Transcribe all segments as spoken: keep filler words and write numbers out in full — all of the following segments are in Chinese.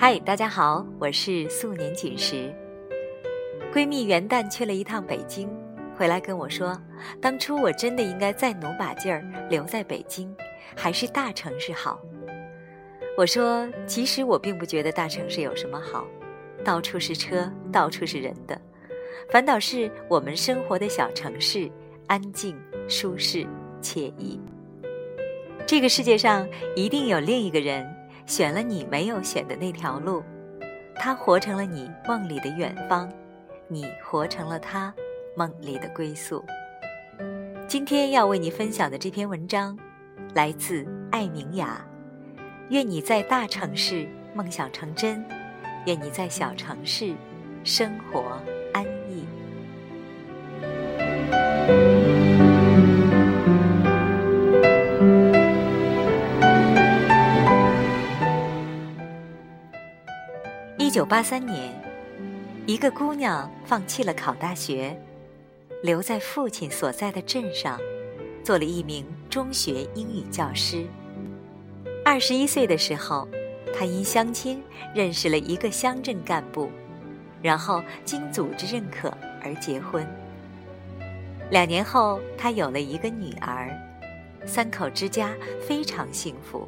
嗨，大家好，我是素年锦时。闺蜜元旦去了一趟北京，回来跟我说，当初我真的应该再努把劲儿留在北京，还是大城市好。我说，其实我并不觉得大城市有什么好，到处是车，到处是人的，反倒是我们生活的小城市安静、舒适、惬意。这个世界上一定有另一个人选了你没有选的那条路，他活成了你梦里的远方，你活成了他梦里的归宿。今天要为你分享的这篇文章来自艾明雅。愿你在大城市梦想成真，愿你在小城市生活安逸。一九八三年，一个姑娘放弃了考大学，留在父亲所在的镇上，做了一名中学英语教师。二十一岁的时候，她因相亲认识了一个乡镇干部，然后经组织认可而结婚。两年后，她有了一个女儿，三口之家非常幸福。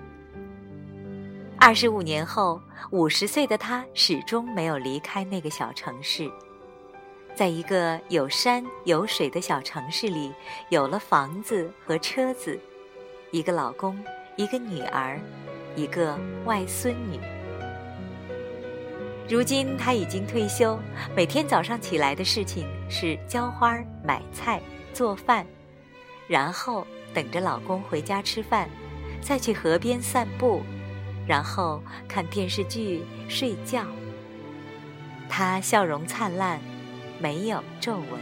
二十五年后，五十岁的她始终没有离开那个小城市，在一个有山有水的小城市里，有了房子和车子，一个老公，一个女儿，一个外孙女。如今她已经退休，每天早上起来的事情是浇花、买菜、做饭，然后等着老公回家吃饭，再去河边散步，然后看电视剧、睡觉。她笑容灿烂，没有皱纹。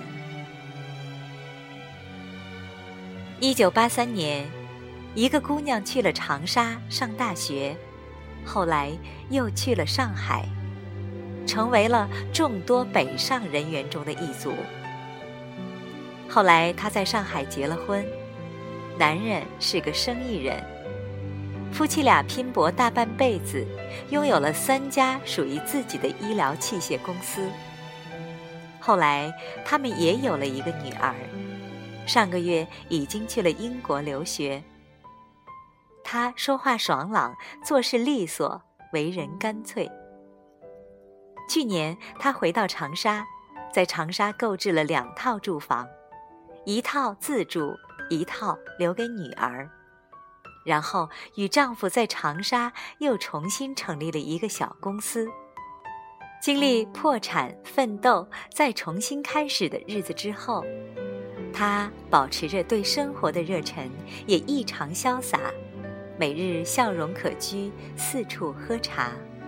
一九八三年，一个姑娘去了长沙上大学，后来又去了上海，成为了众多北上人员中的一族。后来她在上海结了婚，男人是个生意人，夫妻俩拼搏大半辈子，拥有了三家属于自己的医疗器械公司。后来他们也有了一个女儿，上个月已经去了英国留学。他说话爽朗，做事利索，为人干脆。去年他回到长沙，在长沙购置了两套住房，一套自住，一套留给女儿。然后与丈夫在长沙又重新成立了一个小公司。经历破产、奋斗、再重新开始的日子之后，她保持着对生活的热忱，也异常潇洒，每日笑容可掬，四处喝茶。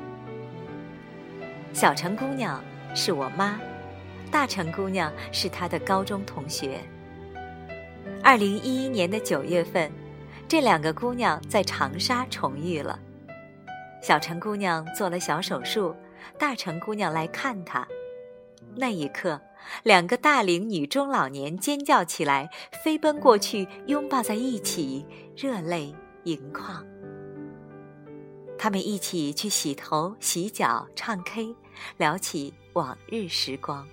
小城姑娘是我妈，大城姑娘是她的高中同学。二零一一年的九月份，这两个姑娘在长沙重遇了。小城姑娘做了小手术，大城姑娘来看她。那一刻，两个大龄女中老年尖叫起来，飞奔过去拥抱在一起，热泪盈眶。她们一起去洗头、洗脚、唱 K， 聊起往日时光。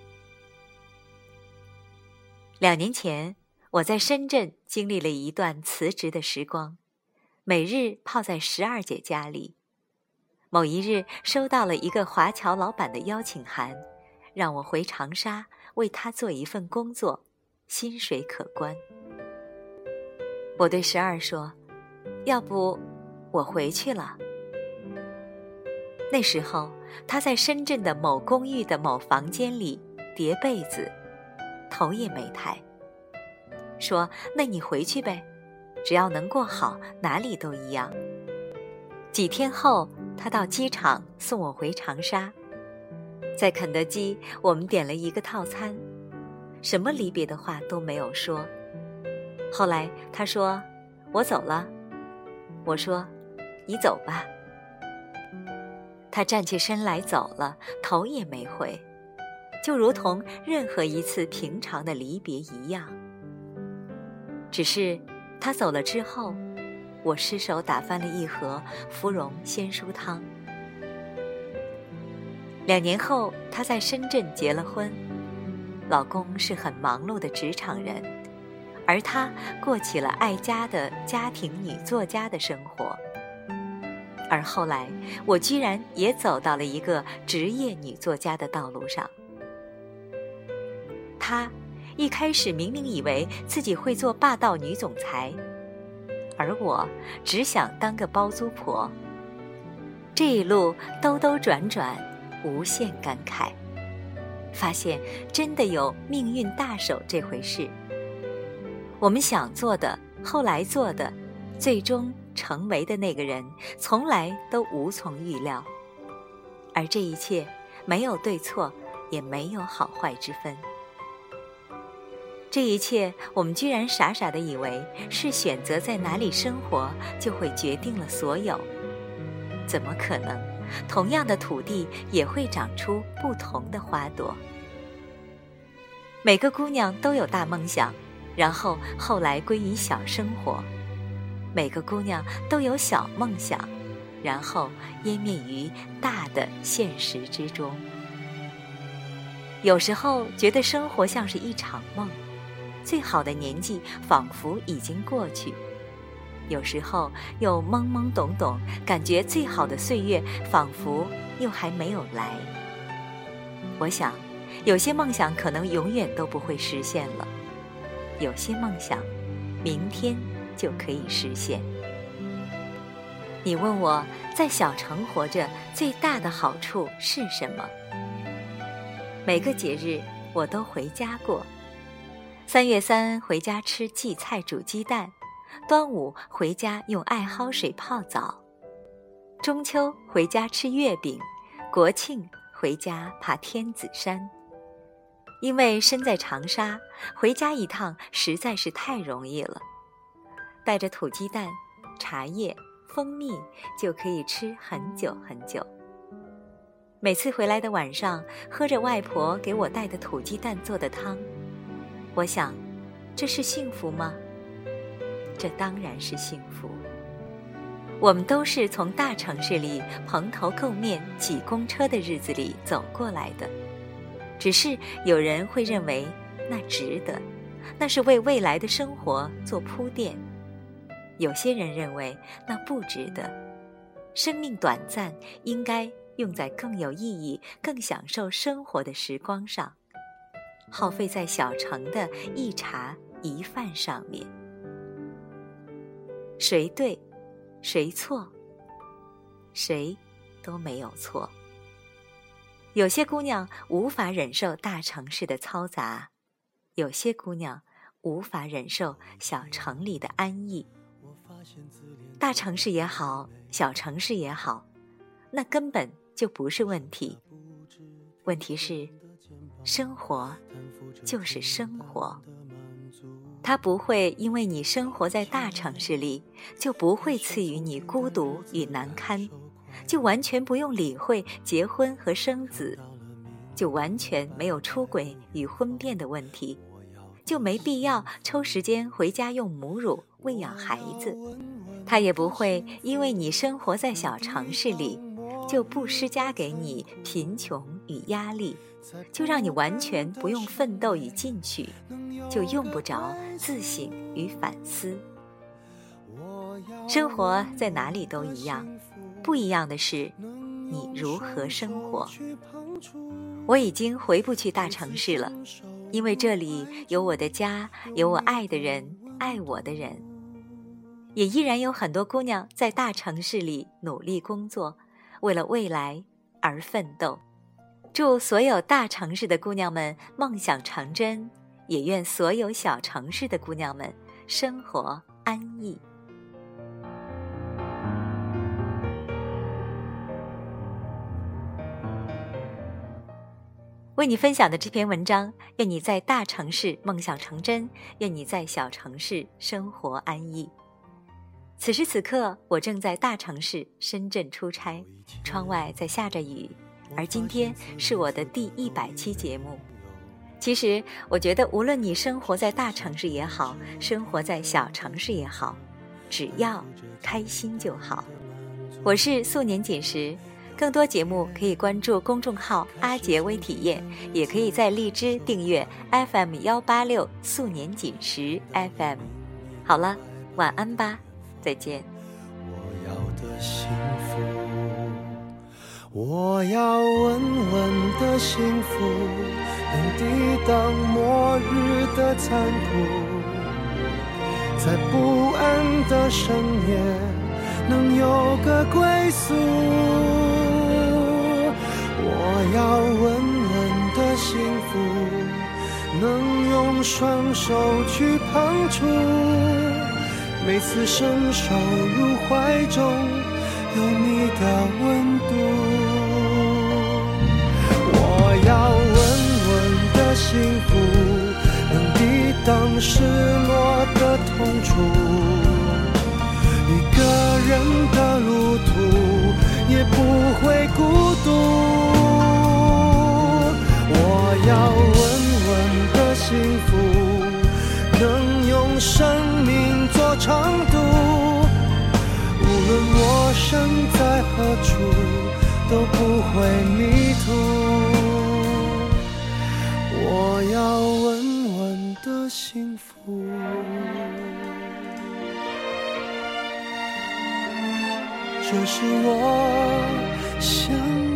两年前，我在深圳经历了一段辞职的时光，每日泡在十二姐家里。某一日收到了一个华侨老板的邀请函，让我回长沙为他做一份工作，薪水可观。我对十二说，要不我回去了。那时候他在深圳的某公寓的某房间里叠被子，头也没抬，说那你回去呗，只要能过好，哪里都一样。几天后，他到机场送我回长沙，在肯德基我们点了一个套餐，什么离别的话都没有说。后来他说我走了，我说你走吧。他站起身来走了，头也没回，就如同任何一次平常的离别一样。只是他走了之后，我失手打翻了一盒芙蓉鲜蔬汤。 两年后，她在深圳结了婚，老公是很忙碌的职场人，而她过起了爱家的家庭女作家的生活。而后来，我居然也走到了一个职业女作家的道路上。她一开始明明以为自己会做霸道女总裁，而我只想当个包租婆。这一路兜兜转转，无限感慨，发现真的有命运大手这回事。我们想做的，后来做的，最终成为的那个人，从来都无从预料。而这一切没有对错，也没有好坏之分。这一切，我们居然傻傻地以为是选择在哪里生活，就会决定了所有。怎么可能？同样的土地也会长出不同的花朵。每个姑娘都有大梦想，然后后来归于小生活。每个姑娘都有小梦想，然后湮灭于大的现实之中。有时候觉得生活像是一场梦，最好的年纪仿佛已经过去，有时候又懵懵懂懂，感觉最好的岁月仿佛又还没有来。我想，有些梦想可能永远都不会实现了，有些梦想，明天就可以实现。你问我，在小城活着最大的好处是什么？每个节日我都回家过。三月三回家吃荠菜煮鸡蛋，端午回家用艾蒿水泡澡，中秋回家吃月饼，国庆回家爬天子山。因为身在长沙，回家一趟实在是太容易了，带着土鸡蛋、茶叶、蜂蜜就可以吃很久很久。每次回来的晚上，喝着外婆给我带的土鸡蛋做的汤，我想，这是幸福吗？这当然是幸福。我们都是从大城市里蓬头垢面挤公车的日子里走过来的，只是有人会认为那值得，那是为未来的生活做铺垫。有些人认为那不值得，生命短暂，应该用在更有意义、更享受生活的时光上，耗费在小城的一茶一饭上面。谁对，谁错？谁都没有错。有些姑娘无法忍受大城市的嘈杂，有些姑娘无法忍受小城里的安逸。大城市也好，小城市也好，那根本就不是问题。问题是，生活就是生活，它不会因为你生活在大城市里，就不会赐予你孤独与难堪，就完全不用理会结婚和生子，就完全没有出轨与婚变的问题，就没必要抽时间回家用母乳喂养孩子。它也不会因为你生活在小城市里，就不施加给你贫穷与压力，就让你完全不用奋斗与进取，就用不着自省与反思。生活在哪里都一样，不一样的是你如何生活。我已经回不去大城市了，因为这里有我的家，有我爱的人，爱我的人。也依然有很多姑娘在大城市里努力工作，为了未来而奋斗。祝所有大城市的姑娘们梦想成真，也愿所有小城市的姑娘们生活安逸。为你分享的这篇文章，愿你在大城市梦想成真，愿你在小城市生活安逸。此时此刻，我正在大城市深圳出差，窗外在下着雨，而今天是我的第一百期节目。其实，我觉得无论你生活在大城市也好，生活在小城市也好，只要开心就好。我是素年锦时， 更多节目可以关注公众号阿杰微体验，也可以在荔枝订阅 F M 一八六素年锦时 F M。 好了，晚安吧，再见。 我要的幸福，我要稳稳的幸福，能抵挡末日的残酷，在不安的深夜能有个归宿。我要稳稳的幸福，能用双手去碰触，每次伸手入怀中有你的温度。我要稳稳的幸福，能抵挡失落的痛楚，一个人的路途也不会孤独。我要稳稳的幸福，能用生命做长度，无论我身在何处都不会迷途。我要稳稳的幸福，这是我想